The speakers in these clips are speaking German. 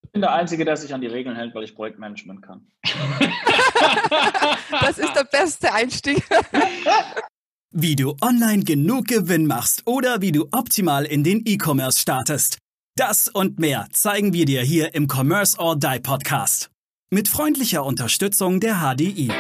Ich bin der Einzige, der sich an die Regeln hält, weil ich Projektmanagement kann. Das ist der beste Einstieg. Wie du online genug Gewinn machst oder wie du optimal in den E-Commerce startest. Das und mehr zeigen wir dir hier im Commerce or Die Podcast. Mit freundlicher Unterstützung der HDI.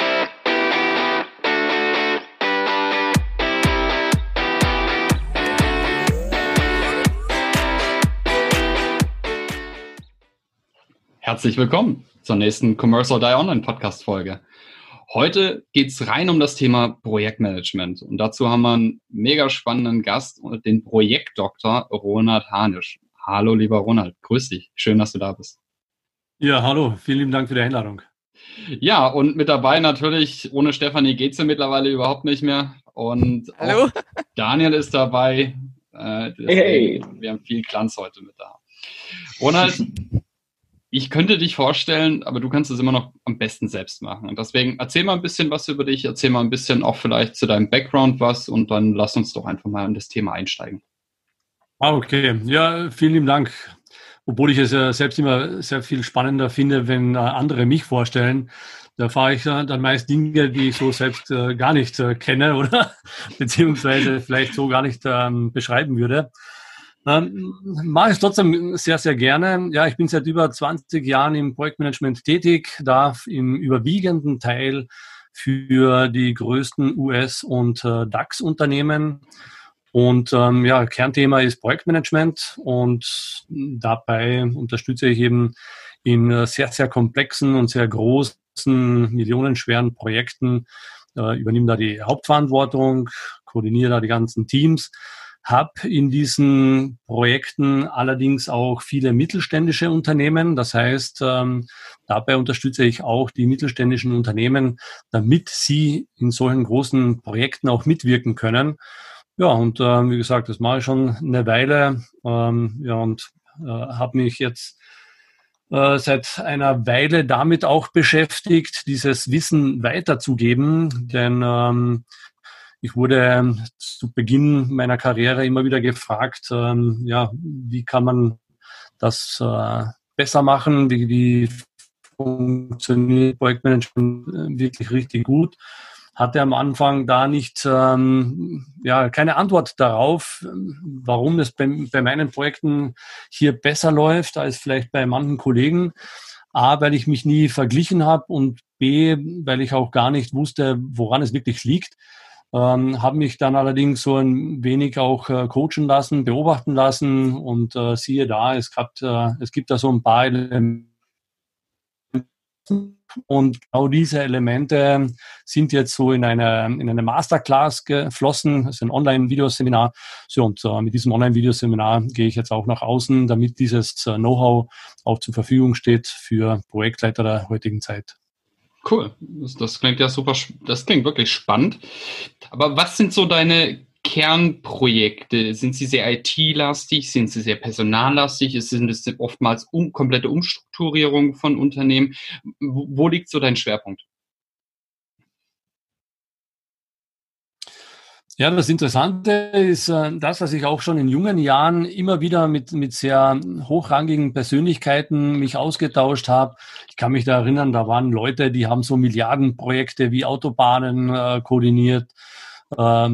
Herzlich willkommen zur nächsten Commerce or Die Online Podcast Folge. Heute geht es rein um das Thema Projektmanagement und dazu haben wir einen mega spannenden Gast, den Projektdoktor Ronald Hanisch. Hallo lieber Ronald, grüß dich, schön, dass du da bist. Ja, hallo, vielen lieben Dank für die Einladung. Ja, und mit dabei natürlich, ohne Stefanie geht's ja mittlerweile überhaupt nicht mehr. Und hallo. Daniel ist dabei. Hey. Wir haben viel Glanz heute mit da. Ronald, ich könnte dich vorstellen, aber du kannst es immer noch am besten selbst machen. Und deswegen erzähl mal ein bisschen was über dich, erzähl mal ein bisschen auch vielleicht zu deinem Background was und dann lass uns doch einfach mal in das Thema einsteigen. Okay, ja, vielen lieben Dank. Obwohl ich es ja selbst immer sehr viel spannender finde, wenn andere mich vorstellen, da erfahre ich dann meist Dinge, die ich so selbst gar nicht kenne oder beziehungsweise vielleicht so gar nicht beschreiben würde. Mache ich trotzdem sehr, sehr gerne. Ja, ich bin seit über 20 Jahren im Projektmanagement tätig, darf im überwiegenden Teil für die größten US- und DAX-Unternehmen. Und Kernthema ist Projektmanagement und dabei unterstütze ich eben in sehr, sehr komplexen und sehr großen, millionenschweren Projekten, übernehme da die Hauptverantwortung, koordiniere da die ganzen Teams. Habe in diesen Projekten allerdings auch viele mittelständische Unternehmen. Das heißt, dabei unterstütze ich auch die mittelständischen Unternehmen, damit sie in solchen großen Projekten auch mitwirken können. Ja, und wie gesagt, das mache ich schon eine Weile habe mich jetzt seit einer Weile damit auch beschäftigt, dieses Wissen weiterzugeben, denn ich wurde zu Beginn meiner Karriere immer wieder gefragt, wie kann man das besser machen, wie funktioniert Projektmanagement wirklich richtig gut. Hatte am Anfang da nicht keine Antwort darauf, warum es bei meinen Projekten hier besser läuft als vielleicht bei manchen Kollegen. A, weil ich mich nie verglichen habe und B, weil ich auch gar nicht wusste, woran es wirklich liegt. Habe mich dann allerdings so ein wenig auch coachen lassen, beobachten lassen und siehe da, es gibt da so ein paar Elemente und genau diese Elemente sind jetzt so in eine Masterclass geflossen, das ist ein Online-Videoseminar. So, und mit diesem Online-Videoseminar gehe ich jetzt auch nach außen, damit dieses Know-how auch zur Verfügung steht für Projektleiter der heutigen Zeit. Cool, das klingt ja super, das klingt wirklich spannend. Aber was sind so deine Kernprojekte? Sind sie sehr IT-lastig? Sind sie sehr personallastig? Sind es oftmals komplette Umstrukturierung von Unternehmen? Wo liegt so dein Schwerpunkt? Ja, das Interessante ist das, was ich auch schon in jungen Jahren immer wieder mit sehr hochrangigen Persönlichkeiten mich ausgetauscht habe. Ich kann mich da erinnern, da waren Leute, die haben so Milliardenprojekte wie Autobahnen koordiniert. Oder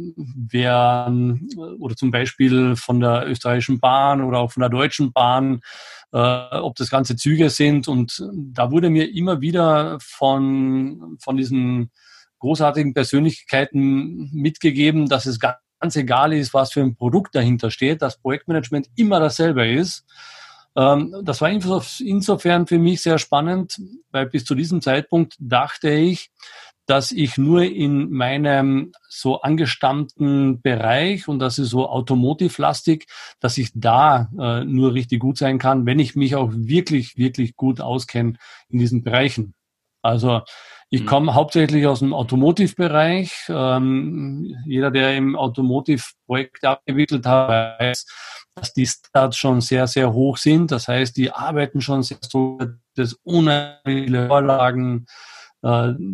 zum Beispiel von der österreichischen Bahn oder auch von der Deutschen Bahn, ob das ganze Züge sind. Und da wurde mir immer wieder von diesen großartigen Persönlichkeiten mitgegeben, dass es ganz egal ist, was für ein Produkt dahinter steht, dass Projektmanagement immer dasselbe ist. Das war insofern für mich sehr spannend, weil bis zu diesem Zeitpunkt dachte ich, dass ich nur in meinem so angestammten Bereich, und das ist so automotive-lastig, dass ich da nur richtig gut sein kann, wenn ich mich auch wirklich, wirklich gut auskenne in diesen Bereichen. Also ich komme hauptsächlich aus dem Automotive-Bereich. Jeder, der im Automotive-Projekte abgewickelt hat, weiß, dass die Standards schon sehr, sehr hoch sind. Das heißt, die arbeiten schon sehr so, das unheimliche Vorlagen,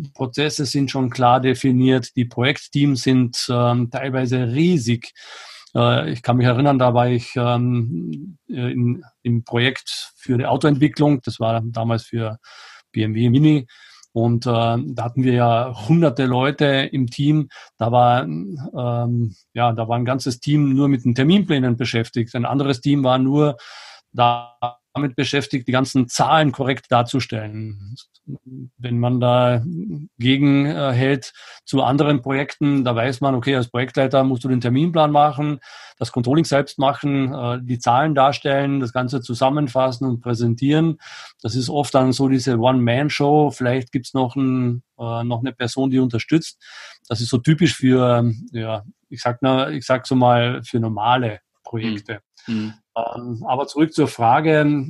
Prozesse sind schon klar definiert, die Projektteams sind teilweise riesig. Ich kann mich erinnern, da war ich im Projekt für die Autoentwicklung. Das war damals für BMW Mini. Und da hatten wir ja hunderte Leute im Team. Da war ein ganzes Team nur mit den Terminplänen beschäftigt. Ein anderes Team war nur damit beschäftigt, die ganzen Zahlen korrekt darzustellen. Wenn man da gegenhält zu anderen Projekten, da weiß man, okay, als Projektleiter musst du den Terminplan machen, das Controlling selbst machen, die Zahlen darstellen, das Ganze zusammenfassen und präsentieren. Das ist oft dann so diese One-Man-Show. Vielleicht gibt's noch eine Person, die unterstützt. Das ist so typisch für, ich sag so mal, für normale Projekte. Mhm. Aber zurück zur Frage,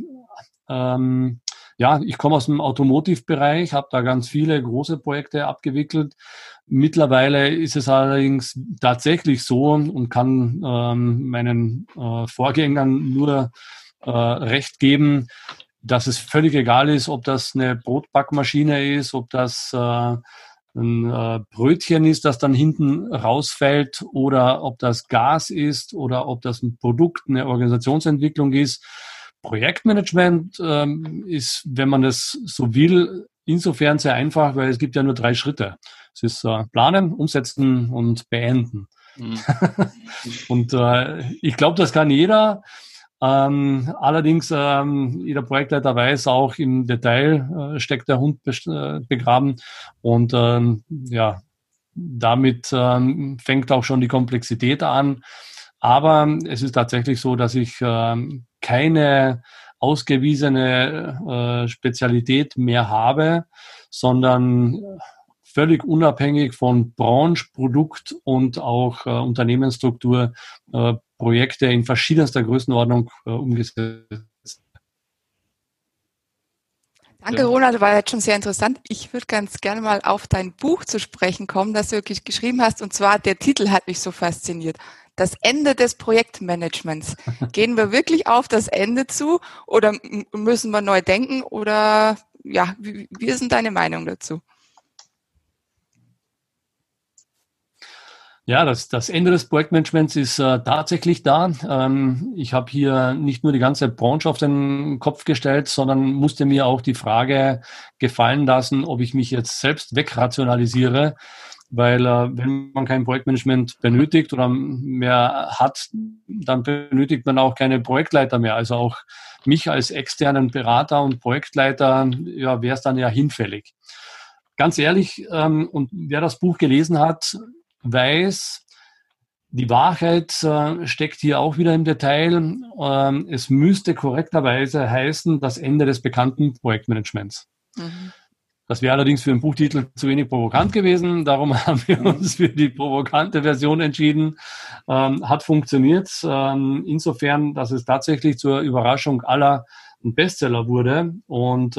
ich komme aus dem Automotive-Bereich, habe da ganz viele große Projekte abgewickelt. Mittlerweile ist es allerdings tatsächlich so und kann meinen Vorgängern nur recht geben, dass es völlig egal ist, ob das eine Brotbackmaschine ist, ob das ein Brötchen ist, das dann hinten rausfällt, oder ob das Gas ist oder ob das ein Produkt, eine Organisationsentwicklung ist. Projektmanagement ist, wenn man das so will, insofern sehr einfach, weil es gibt ja nur 3 Schritte. Es ist planen, umsetzen und beenden. Mhm. Und ich glaube, das kann jeder. Allerdings, jeder Projektleiter weiß auch, im Detail steckt der Hund begraben. Und damit fängt auch schon die Komplexität an. Aber es ist tatsächlich so, dass ich keine ausgewiesene Spezialität mehr habe, sondern völlig unabhängig von Branche, Produkt und auch Unternehmensstruktur Projekte in verschiedenster Größenordnung umgesetzt. Danke, Ronald, war jetzt schon sehr interessant. Ich würde ganz gerne mal auf dein Buch zu sprechen kommen, das du wirklich geschrieben hast. Und zwar, der Titel hat mich so fasziniert. Das Ende des Projektmanagements. Gehen wir wirklich auf das Ende zu oder müssen wir neu denken? Oder ja, wie ist denn deine Meinung dazu? Ja, das Ende des Projektmanagements ist tatsächlich da. Ich habe hier nicht nur die ganze Branche auf den Kopf gestellt, sondern musste mir auch die Frage gefallen lassen, ob ich mich jetzt selbst wegrationalisiere, weil wenn man kein Projektmanagement benötigt oder mehr hat, dann benötigt man auch keine Projektleiter mehr. Also auch mich als externen Berater und Projektleiter, wäre es dann ja hinfällig. Ganz ehrlich, und wer das Buch gelesen hat, weiß, die Wahrheit steckt hier auch wieder im Detail. Es müsste korrekterweise heißen, das Ende des bekannten Projektmanagements. Mhm. Das wäre allerdings für einen Buchtitel zu wenig provokant gewesen. Darum haben wir uns für die provokante Version entschieden. Hat funktioniert. Insofern, dass es tatsächlich zur Überraschung aller ein Bestseller wurde. Und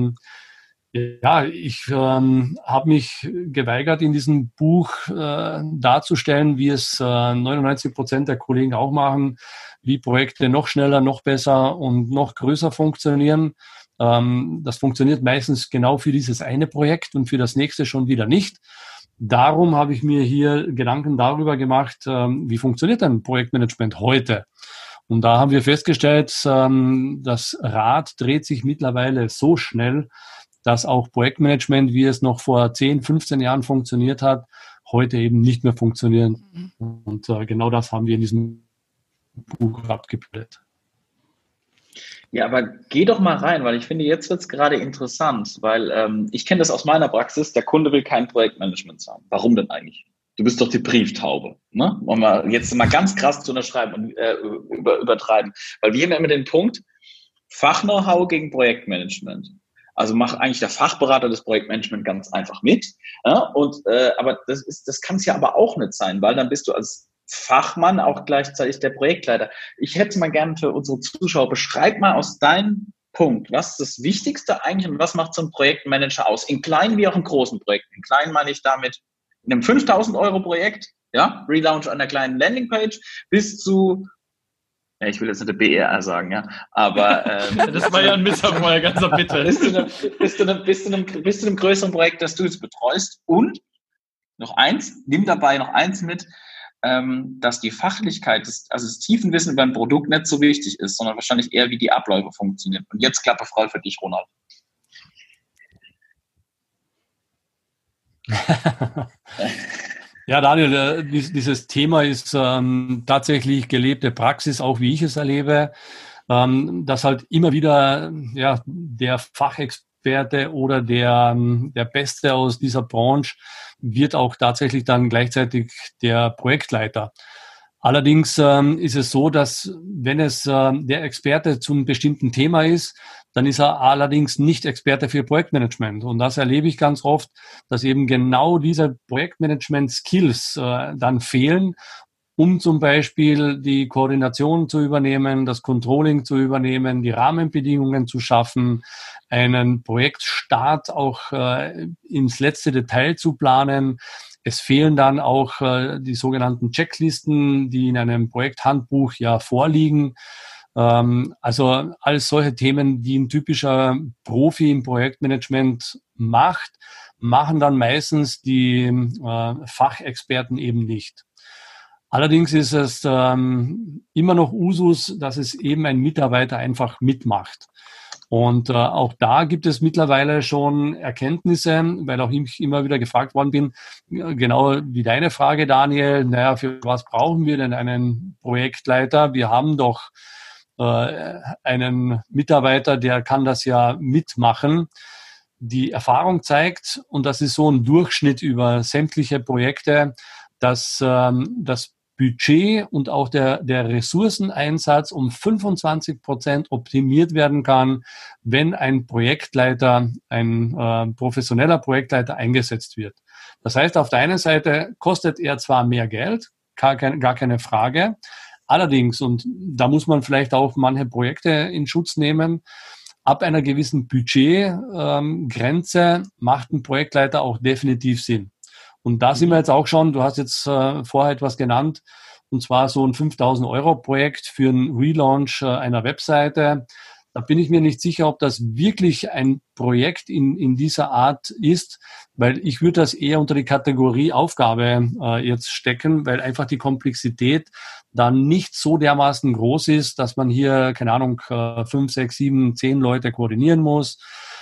ich habe mich geweigert, in diesem Buch darzustellen, wie es 99% der Kollegen auch machen, wie Projekte noch schneller, noch besser und noch größer funktionieren. Das funktioniert meistens genau für dieses eine Projekt und für das nächste schon wieder nicht. Darum habe ich mir hier Gedanken darüber gemacht, wie funktioniert denn Projektmanagement heute? Und da haben wir festgestellt, das Rad dreht sich mittlerweile so schnell, dass auch Projektmanagement, wie es noch vor 10, 15 Jahren funktioniert hat, heute eben nicht mehr funktioniert. Und genau das haben wir in diesem Buch abgebildet. Ja, aber geh doch mal rein, weil ich finde, jetzt wird es gerade interessant, weil ich kenne das aus meiner Praxis, der Kunde will kein Projektmanagement haben. Warum denn eigentlich? Du bist doch die Brieftaube, ne? Um mal jetzt mal ganz krass zu unterschreiben und übertreiben. Weil wir haben ja immer den Punkt, Fach-Know-how gegen Projektmanagement. Also macht eigentlich der Fachberater das Projektmanagement ganz einfach mit. Ja? Aber das kann es ja aber auch nicht sein, weil dann bist du als Fachmann auch gleichzeitig der Projektleiter. Ich hätte mal gerne für unsere Zuschauer, beschreib mal aus deinem Punkt, was ist das Wichtigste eigentlich und was macht so ein Projektmanager aus? In kleinen wie auch in großen Projekten. In kleinen meine ich damit in einem 5.000 € Projekt, ja, Relaunch einer kleinen Landingpage, bis zu, ja, ich will jetzt nicht der BER sagen, ja, aber das war ja ein Misserfolg, also bitte. Bis zu einem größeren Projekt, das du jetzt betreust. Und noch eins, nimm dabei noch eins mit, dass die Fachlichkeit, also das Tiefenwissen über ein Produkt nicht so wichtig ist, sondern wahrscheinlich eher, wie die Abläufe funktionieren. Und jetzt Klappe frei für dich, Ronald. Ja, Daniel, dieses Thema ist tatsächlich gelebte Praxis, auch wie ich es erlebe, dass halt immer wieder der Fachexperte oder der Beste aus dieser Branche wird auch tatsächlich dann gleichzeitig der Projektleiter. Allerdings ist es so, dass wenn es der Experte zum bestimmten Thema ist, dann ist er allerdings nicht Experte für Projektmanagement. Und das erlebe ich ganz oft, dass eben genau diese Projektmanagement-Skills dann fehlen, um zum Beispiel die Koordination zu übernehmen, das Controlling zu übernehmen, die Rahmenbedingungen zu schaffen, einen Projektstart auch ins letzte Detail zu planen. Es fehlen dann auch die sogenannten Checklisten, die in einem Projekthandbuch ja vorliegen. Also alles solche Themen, die ein typischer Profi im Projektmanagement macht, machen dann meistens die Fachexperten eben nicht. Allerdings ist es immer noch Usus, dass es eben ein Mitarbeiter einfach mitmacht. Und auch da gibt es mittlerweile schon Erkenntnisse, weil auch ich immer wieder gefragt worden bin, genau wie deine Frage, Daniel, naja, für was brauchen wir denn einen Projektleiter? Wir haben doch einen Mitarbeiter, der kann das ja mitmachen. Die Erfahrung zeigt, und das ist so ein Durchschnitt über sämtliche Projekte, dass das Budget und auch der Ressourceneinsatz um 25% optimiert werden kann, wenn ein Projektleiter, ein professioneller Projektleiter eingesetzt wird. Das heißt, auf der einen Seite kostet er zwar mehr Geld, gar keine Frage. Allerdings, und da muss man vielleicht auch manche Projekte in Schutz nehmen, ab einer gewissen Budgetgrenze macht ein Projektleiter auch definitiv Sinn. Und da sind wir jetzt auch schon, du hast jetzt vorher etwas genannt, und zwar so ein 5.000 € Projekt für einen Relaunch einer Webseite. Da bin ich mir nicht sicher, ob das wirklich ein Projekt in dieser Art ist, weil ich würde das eher unter die Kategorie Aufgabe jetzt stecken, weil einfach die Komplexität dann nicht so dermaßen groß ist, dass man hier, keine Ahnung, 5, 6, 7, 10 Leute koordinieren muss,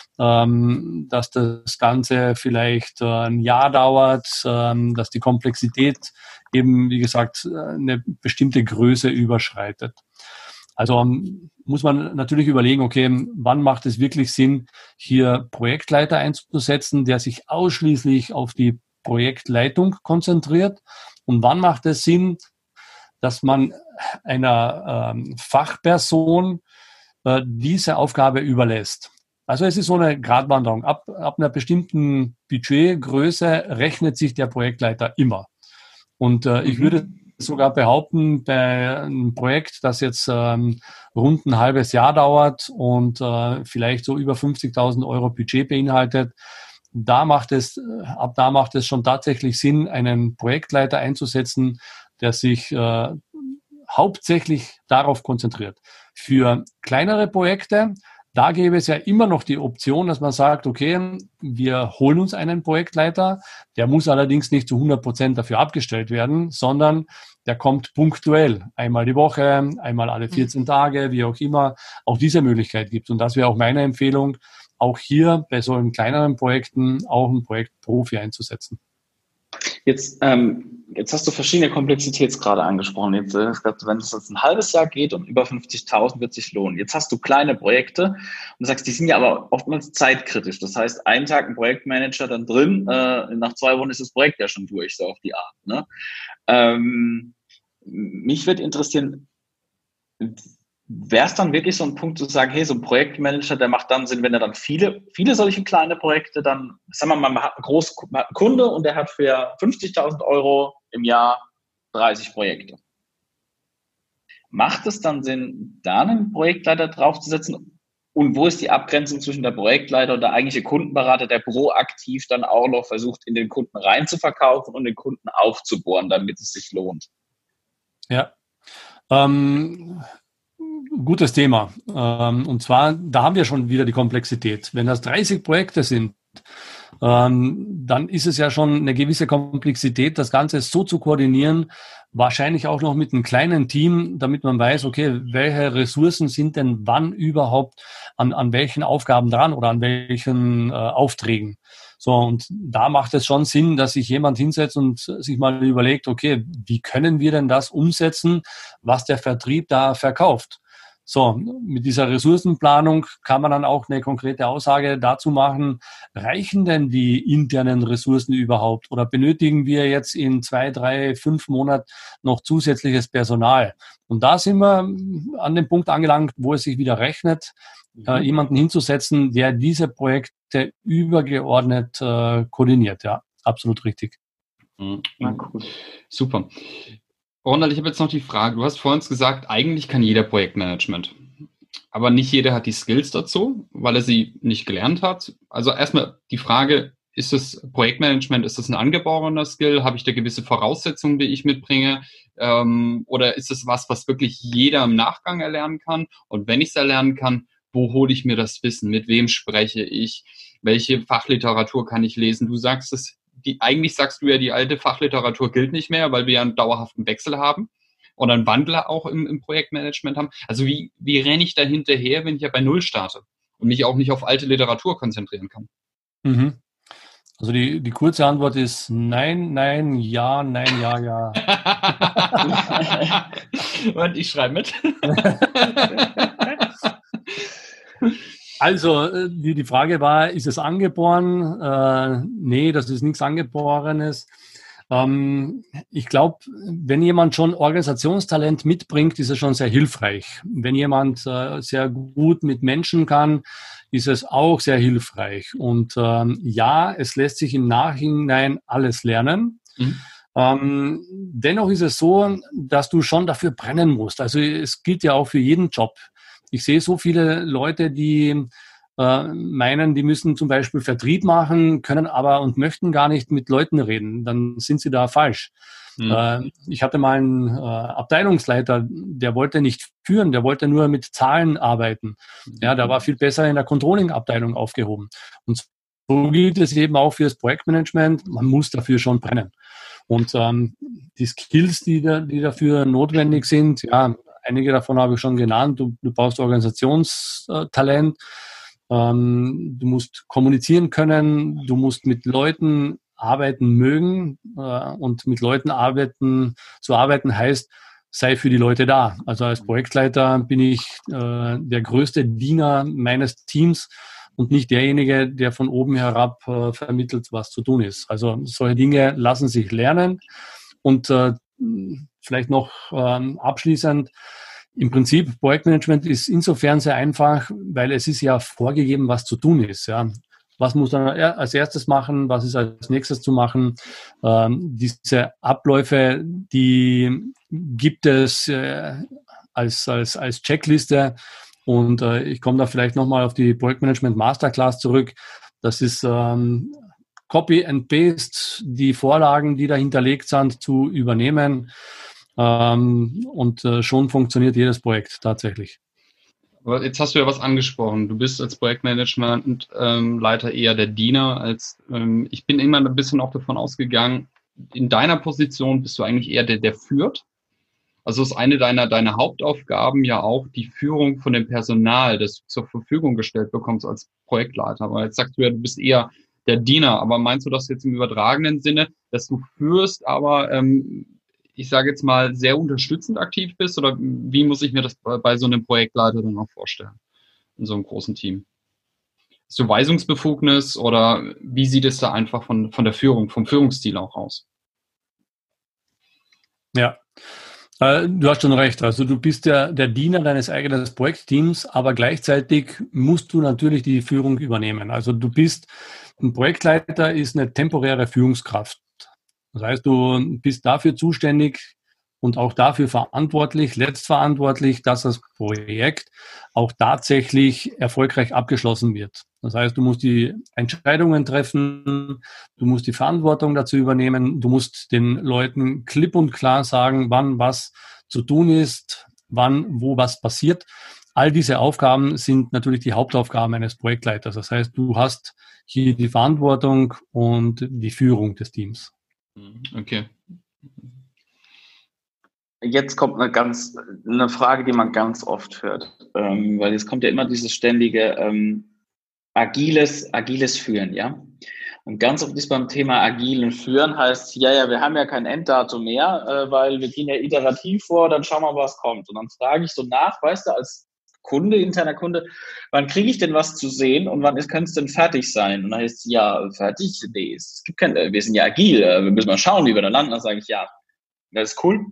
dass das Ganze vielleicht ein Jahr dauert, dass die Komplexität eben, wie gesagt, eine bestimmte Größe überschreitet. Also muss man natürlich überlegen, okay, wann macht es wirklich Sinn, hier Projektleiter einzusetzen, der sich ausschließlich auf die Projektleitung konzentriert, und wann macht es Sinn, dass man einer Fachperson diese Aufgabe überlässt. Also es ist so eine Gratwanderung. Ab einer bestimmten Budgetgröße rechnet sich der Projektleiter immer. Und ich würde sogar behaupten, bei einem Projekt, das jetzt rund ein halbes Jahr dauert und vielleicht so über 50.000 € Budget beinhaltet, ab da macht es schon tatsächlich Sinn, einen Projektleiter einzusetzen, der sich hauptsächlich darauf konzentriert. Für kleinere Projekte, da gäbe es ja immer noch die Option, dass man sagt, okay, wir holen uns einen Projektleiter, der muss allerdings nicht zu 100% dafür abgestellt werden, sondern der kommt punktuell, einmal die Woche, einmal alle 14 Tage, wie auch immer. Auch diese Möglichkeit gibt. Und das wäre auch meine Empfehlung, auch hier bei solchen kleineren Projekten auch einen Projektprofi einzusetzen. Jetzt hast du verschiedene Komplexitätsgrade angesprochen. Jetzt, wenn es jetzt ein halbes Jahr geht und über 50.000 wird sich lohnen. Jetzt hast du kleine Projekte und du sagst, die sind ja aber oftmals zeitkritisch. Das heißt, einen Tag ein Projektmanager dann drin, nach 2 Wochen ist das Projekt ja schon durch, so auf die Art. Ne? Mich würde interessieren, wäre es dann wirklich so ein Punkt zu sagen, hey, so ein Projektmanager, der macht dann Sinn, wenn er dann viele solche kleine Projekte dann, sagen wir mal, man hat einen Kunde und der hat für 50.000 € im Jahr 30 Projekte. Macht es dann Sinn, da einen Projektleiter draufzusetzen? Und wo ist die Abgrenzung zwischen der Projektleiter und der eigentliche Kundenberater, der proaktiv dann auch noch versucht, in den Kunden reinzuverkaufen und den Kunden aufzubohren, damit es sich lohnt? Ja, gutes Thema. Und zwar, da haben wir schon wieder die Komplexität. Wenn das 30 Projekte sind, dann ist es ja schon eine gewisse Komplexität, das Ganze so zu koordinieren, wahrscheinlich auch noch mit einem kleinen Team, damit man weiß, okay, welche Ressourcen sind denn wann überhaupt an welchen Aufgaben dran oder an welchen Aufträgen. So, und da macht es schon Sinn, dass sich jemand hinsetzt und sich mal überlegt, okay, wie können wir denn das umsetzen, was der Vertrieb da verkauft? So, mit dieser Ressourcenplanung kann man dann auch eine konkrete Aussage dazu machen, reichen denn die internen Ressourcen überhaupt oder benötigen wir jetzt in 2, 3, 5 Monaten noch zusätzliches Personal? Und da sind wir an dem Punkt angelangt, wo es sich wieder rechnet, jemanden hinzusetzen, der diese Projekte übergeordnet koordiniert. Ja, absolut richtig. Ja, cool. Super. Ronald, ich habe jetzt noch die Frage, du hast vorhin gesagt, eigentlich kann jeder Projektmanagement, aber nicht jeder hat die Skills dazu, weil er sie nicht gelernt hat. Also erstmal die Frage, ist das Projektmanagement, ist das ein angeborener Skill? Habe ich da gewisse Voraussetzungen, die ich mitbringe? Oder ist es was wirklich jeder im Nachgang erlernen kann? Und wenn ich es erlernen kann, wo hole ich mir das Wissen? Mit wem spreche ich? Welche Fachliteratur kann ich lesen? Du sagst es. Eigentlich sagst du ja, die alte Fachliteratur gilt nicht mehr, weil wir ja einen dauerhaften Wechsel haben oder einen Wandel auch im Projektmanagement haben. Also wie renne ich da hinterher, wenn ich ja bei Null starte und mich auch nicht auf alte Literatur konzentrieren kann? Mhm. Also die kurze Antwort ist nein, nein, ja, nein, ja, ja. Und ich schreibe mit. Also, die Frage war, ist es angeboren? Nee, das ist nichts Angeborenes. Ich glaube, wenn jemand schon Organisationstalent mitbringt, ist es schon sehr hilfreich. Wenn jemand sehr gut mit Menschen kann, ist es auch sehr hilfreich. Und ja, es lässt sich im Nachhinein alles lernen. Dennoch ist es so, dass du schon dafür brennen musst. Also es gilt ja auch für jeden Job. Ich sehe so viele Leute, die meinen, die müssen zum Beispiel Vertrieb machen, können aber und möchten gar nicht mit Leuten reden. Dann sind sie da falsch. Ich hatte mal einen Abteilungsleiter, der wollte nicht führen, der wollte nur mit Zahlen arbeiten. Ja, der war viel besser in der Controlling-Abteilung aufgehoben. Und so gilt es eben auch für das Projektmanagement. Man muss dafür schon brennen. Und die Skills, die dafür notwendig sind, ja, einige davon habe ich schon genannt. Du brauchst Organisationstalent, du musst kommunizieren können, du musst mit Leuten arbeiten mögen und mit Leuten zu arbeiten heißt, sei für die Leute da. Also als Projektleiter bin ich der größte Diener meines Teams und nicht derjenige, der von oben herab vermittelt, was zu tun ist. Also solche Dinge lassen sich lernen und vielleicht noch abschließend, im Prinzip Projektmanagement ist insofern sehr einfach, weil es ist ja vorgegeben, was zu tun ist. Ja. Was muss man als erstes machen? Was ist als nächstes zu machen? Diese Abläufe, die gibt es als Checkliste. Und ich komme da vielleicht nochmal auf die Projektmanagement Masterclass zurück. Das ist Copy and Paste, die Vorlagen, die da hinterlegt sind, zu übernehmen. Und schon funktioniert jedes Projekt tatsächlich. Aber jetzt hast du ja was angesprochen. Du bist als Projektmanagement-Leiter eher der Diener. Ich bin immer ein bisschen auch davon ausgegangen, in deiner Position bist du eigentlich eher der führt. Also ist eine deiner Hauptaufgaben ja auch die Führung von dem Personal, das du zur Verfügung gestellt bekommst als Projektleiter. Aber jetzt sagst du ja, du bist eher der Diener. Aber meinst du das jetzt im übertragenen Sinne, dass du führst, aber ich sage jetzt mal, sehr unterstützend aktiv bist? Oder wie muss ich mir das bei so einem Projektleiter dann auch vorstellen, in so einem großen Team? Hast du Weisungsbefugnis oder wie sieht es da einfach von der Führung, vom Führungsstil auch aus? Ja, du hast schon recht. Also du bist der Diener deines eigenen Projektteams, aber gleichzeitig musst du natürlich die Führung übernehmen. Also ein Projektleiter ist eine temporäre Führungskraft. Das heißt, du bist dafür zuständig und auch dafür letztverantwortlich, dass das Projekt auch tatsächlich erfolgreich abgeschlossen wird. Das heißt, du musst die Entscheidungen treffen, du musst die Verantwortung dazu übernehmen, du musst den Leuten klipp und klar sagen, wann was zu tun ist, wann, wo was passiert. all diese Aufgaben sind natürlich die Hauptaufgaben eines Projektleiters. Das heißt, du hast hier die Verantwortung und die Führung des Teams. Okay. Jetzt kommt eine Frage, die man ganz oft hört, weil jetzt kommt ja immer dieses ständige agiles Führen, ja. Und ganz oft ist beim Thema agilen Führen heißt, ja, wir haben ja kein Enddatum mehr, weil wir gehen ja iterativ vor, dann schauen wir, was kommt. Und dann frage ich so nach, weißt du, als Kunde, interner Kunde, wann kriege ich denn was zu sehen und wann könnte es denn fertig sein? Und dann heißt es, ja, fertig, nee, es gibt wir sind ja agil, wir müssen mal schauen, wie wir da landen. Dann sage ich, ja, das ist cool,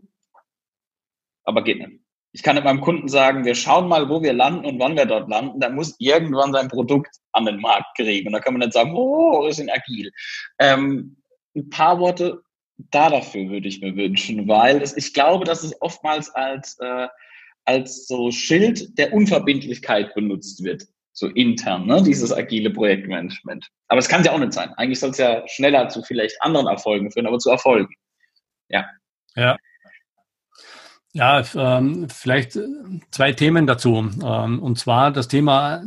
aber geht nicht. Ich kann meinem Kunden sagen, wir schauen mal, wo wir landen und wann wir dort landen. Da muss irgendwann sein Produkt an den Markt kriegen. Und da kann man nicht sagen, oh, wir sind agil. Ein paar Worte dafür würde ich mir wünschen, weil ich glaube, dass es oftmals als so Schild der Unverbindlichkeit benutzt wird, so intern, ne? Dieses agile Projektmanagement. Aber es kann es ja auch nicht sein. Eigentlich soll es ja schneller zu vielleicht anderen Erfolgen führen, aber zu Erfolgen. Ja. Ja. Ja, vielleicht zwei Themen dazu. Und zwar das Thema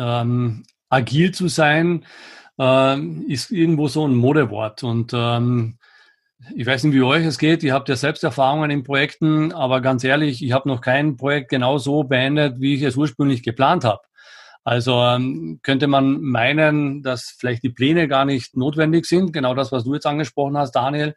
agil zu sein, ist irgendwo so ein Modewort. Und ich weiß nicht, wie euch es geht. Ihr habt ja selbst Erfahrungen in Projekten, aber ganz ehrlich, ich habe noch kein Projekt genau so beendet, wie ich es ursprünglich geplant habe. Also könnte man meinen, dass vielleicht die Pläne gar nicht notwendig sind. Genau das, was du jetzt angesprochen hast, Daniel.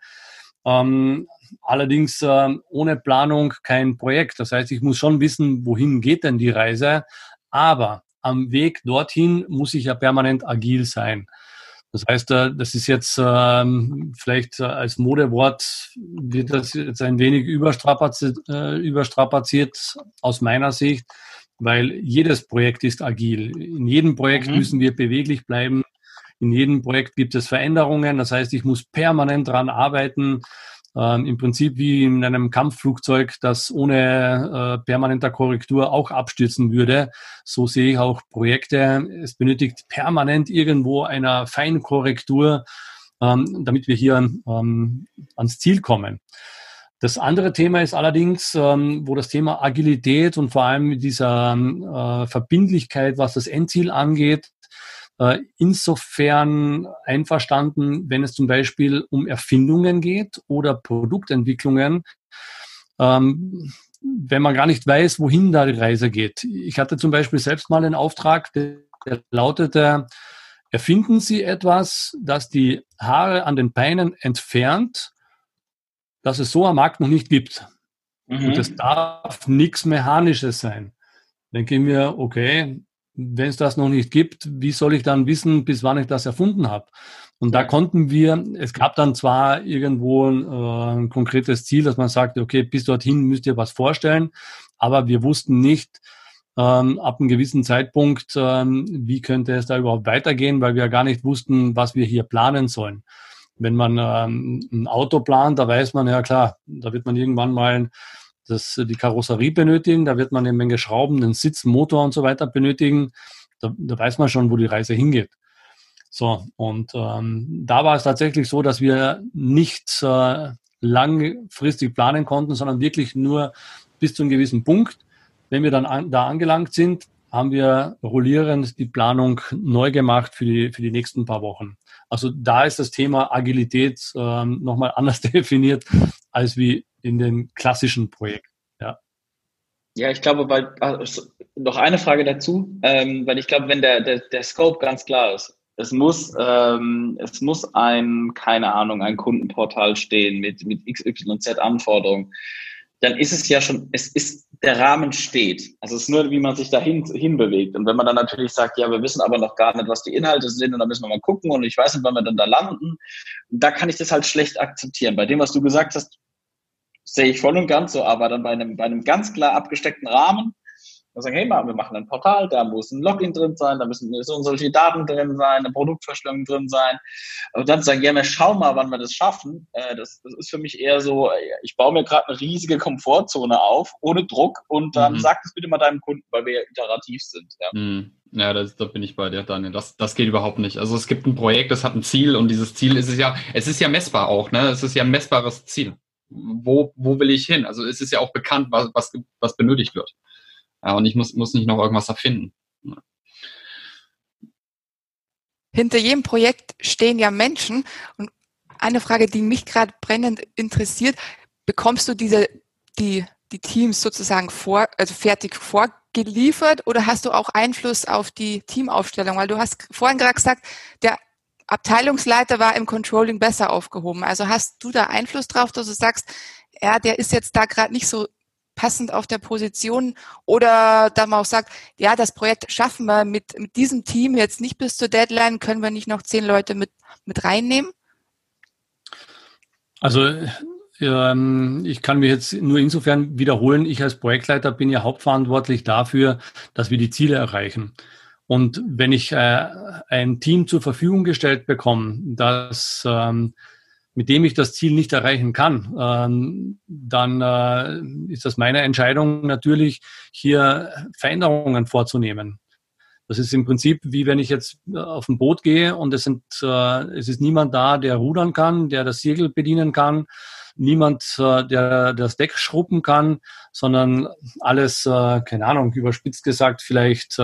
Allerdings ohne Planung kein Projekt. Das heißt, ich muss schon wissen, wohin geht denn die Reise. Aber am Weg dorthin muss ich ja permanent agil sein. Das heißt, das ist jetzt vielleicht als Modewort, wird das jetzt ein wenig überstrapaziert aus meiner Sicht, weil jedes Projekt ist agil. In jedem Projekt müssen wir beweglich bleiben. In jedem Projekt gibt es Veränderungen. Das heißt, ich muss permanent dran arbeiten. Im Prinzip wie in einem Kampfflugzeug, das ohne permanenter Korrektur auch abstürzen würde. So sehe ich auch Projekte. Es benötigt permanent irgendwo eine Feinkorrektur, damit wir hier ans Ziel kommen. Das andere Thema ist allerdings, wo das Thema Agilität und vor allem dieser Verbindlichkeit, was das Endziel angeht, insofern einverstanden, wenn es zum Beispiel um Erfindungen geht oder Produktentwicklungen, wenn man gar nicht weiß, wohin da die Reise geht. Ich hatte zum Beispiel selbst mal einen Auftrag, der lautete, erfinden Sie etwas, das die Haare an den Beinen entfernt, das es so am Markt noch nicht gibt. Und es darf nichts Mechanisches sein. Denke ich mir, okay, wenn es das noch nicht gibt, wie soll ich dann wissen, bis wann ich das erfunden habe? Und da konnten wir, es gab dann zwar irgendwo ein konkretes Ziel, dass man sagte, okay, bis dorthin müsst ihr was vorstellen, aber wir wussten nicht ab einem gewissen Zeitpunkt, wie könnte es da überhaupt weitergehen, weil wir ja gar nicht wussten, was wir hier planen sollen. Wenn man ein Auto plant, da weiß man, ja klar, da wird man irgendwann mal die Karosserie benötigen, da wird man eine Menge Schrauben, den Sitz, Motor und so weiter benötigen. Da weiß man schon, wo die Reise hingeht. So, und da war es tatsächlich so, dass wir nicht langfristig planen konnten, sondern wirklich nur bis zu einem gewissen Punkt. Wenn wir dann da angelangt sind, haben wir rollierend die Planung neu gemacht für die nächsten paar Wochen. Also da ist das Thema Agilität nochmal anders definiert als wie in den klassischen Projekten. Ja, ich glaube, weil noch eine Frage dazu, weil ich glaube, wenn der Scope ganz klar ist, es muss ein Kundenportal stehen mit XYZ Anforderungen, dann ist es ja schon, der Rahmen steht. Also es ist nur, wie man sich da hinbewegt. Und wenn man dann natürlich sagt, ja, wir wissen aber noch gar nicht, was die Inhalte sind und da müssen wir mal gucken und ich weiß nicht, wann wir dann da landen, da kann ich das halt schlecht akzeptieren. Bei dem, was du gesagt hast, sehe ich voll und ganz so, aber dann bei einem ganz klar abgesteckten Rahmen, wir sagen, hey, wir machen ein Portal, da muss ein Login drin sein, da müssen so und solche Daten drin sein, eine Produktvorstellung drin sein. Und dann sagen, ja, wir schauen mal, wann wir das schaffen. Das ist für mich eher so, ich baue mir gerade eine riesige Komfortzone auf, ohne Druck und dann sag es bitte mal deinem Kunden, weil wir ja iterativ sind. Ja. Ja, da bin ich bei dir, Daniel. Das geht überhaupt nicht. Also es gibt ein Projekt, das hat ein Ziel und dieses Ziel es ist ja messbar auch, ne? Es ist ja ein messbares Ziel. Wo will ich hin? Also es ist ja auch bekannt, was benötigt wird. Und ich muss nicht noch irgendwas erfinden. Hinter jedem Projekt stehen ja Menschen. Und eine Frage, die mich gerade brennend interessiert, bekommst du die Teams sozusagen fertig vorgeliefert oder hast du auch Einfluss auf die Teamaufstellung? Weil du hast vorhin gerade gesagt, der Abteilungsleiter war im Controlling besser aufgehoben. Also hast du da Einfluss drauf, dass du sagst, ja, der ist jetzt da gerade nicht so passend auf der Position, oder da man auch sagt, ja, das Projekt schaffen wir mit diesem Team jetzt nicht bis zur Deadline, können wir nicht noch 10 Leute mit reinnehmen? Also ich kann mich jetzt nur insofern wiederholen, ich als Projektleiter bin ja hauptverantwortlich dafür, dass wir die Ziele erreichen. Und wenn ich ein Team zur Verfügung gestellt bekomme, mit dem ich das Ziel nicht erreichen kann, dann ist das meine Entscheidung natürlich, hier Veränderungen vorzunehmen. Das ist im Prinzip wie wenn ich jetzt auf ein Boot gehe und es ist niemand da, der rudern kann, der das Segel bedienen kann, niemand, der das Deck schrubben kann, sondern alles, keine Ahnung, überspitzt gesagt, vielleicht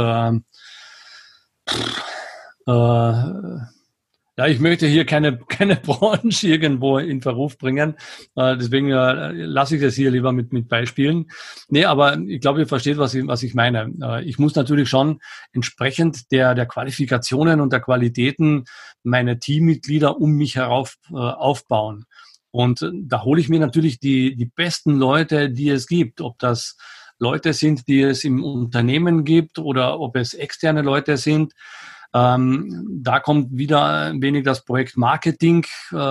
ja, ich möchte hier keine Branche irgendwo in Verruf bringen. Deswegen lasse ich das hier lieber mit Beispielen. Nee, aber ich glaube, ihr versteht, was ich meine. Ich muss natürlich schon entsprechend der Qualifikationen und der Qualitäten meine Teammitglieder um mich herauf aufbauen. Und da hole ich mir natürlich die besten Leute, die es gibt. Ob das Leute sind, die es im Unternehmen gibt oder ob es externe Leute sind. Da kommt wieder ein wenig das Projekt Marketing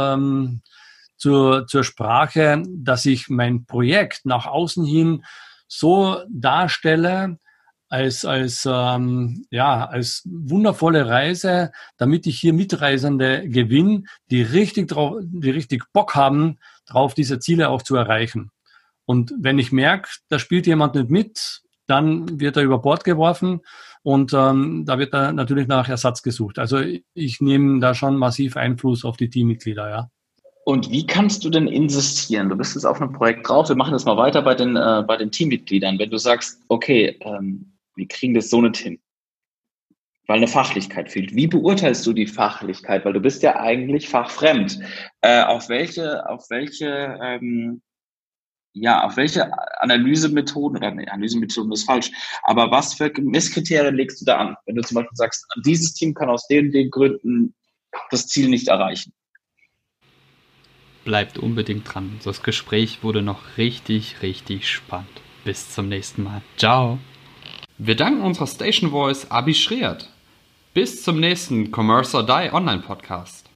zur Sprache, dass ich mein Projekt nach außen hin so darstelle als wundervolle Reise, damit ich hier Mitreisende gewinne, die richtig Bock haben, drauf diese Ziele auch zu erreichen. Und wenn ich merke, da spielt jemand nicht mit, dann wird er über Bord geworfen und da wird da natürlich nach Ersatz gesucht. Also ich nehme da schon massiv Einfluss auf die Teammitglieder, ja. Und wie kannst du denn insistieren? Du bist jetzt auf einem Projekt drauf, wir machen das mal weiter bei den Teammitgliedern. Wenn du sagst, okay, wir kriegen das so nicht hin, weil eine Fachlichkeit fehlt. Wie beurteilst du die Fachlichkeit? Weil du bist ja eigentlich fachfremd. Auf welche Analysemethoden, oder nee, Analysemethoden ist falsch, aber was für Messkriterien legst du da an? Wenn du zum Beispiel sagst, dieses Team kann aus den Gründen das Ziel nicht erreichen. Bleibt unbedingt dran. Das Gespräch wurde noch richtig, richtig spannend. Bis zum nächsten Mal. Ciao. Wir danken unserer Station Voice Abi Schreert. Bis zum nächsten Commerce or Die Online Podcast.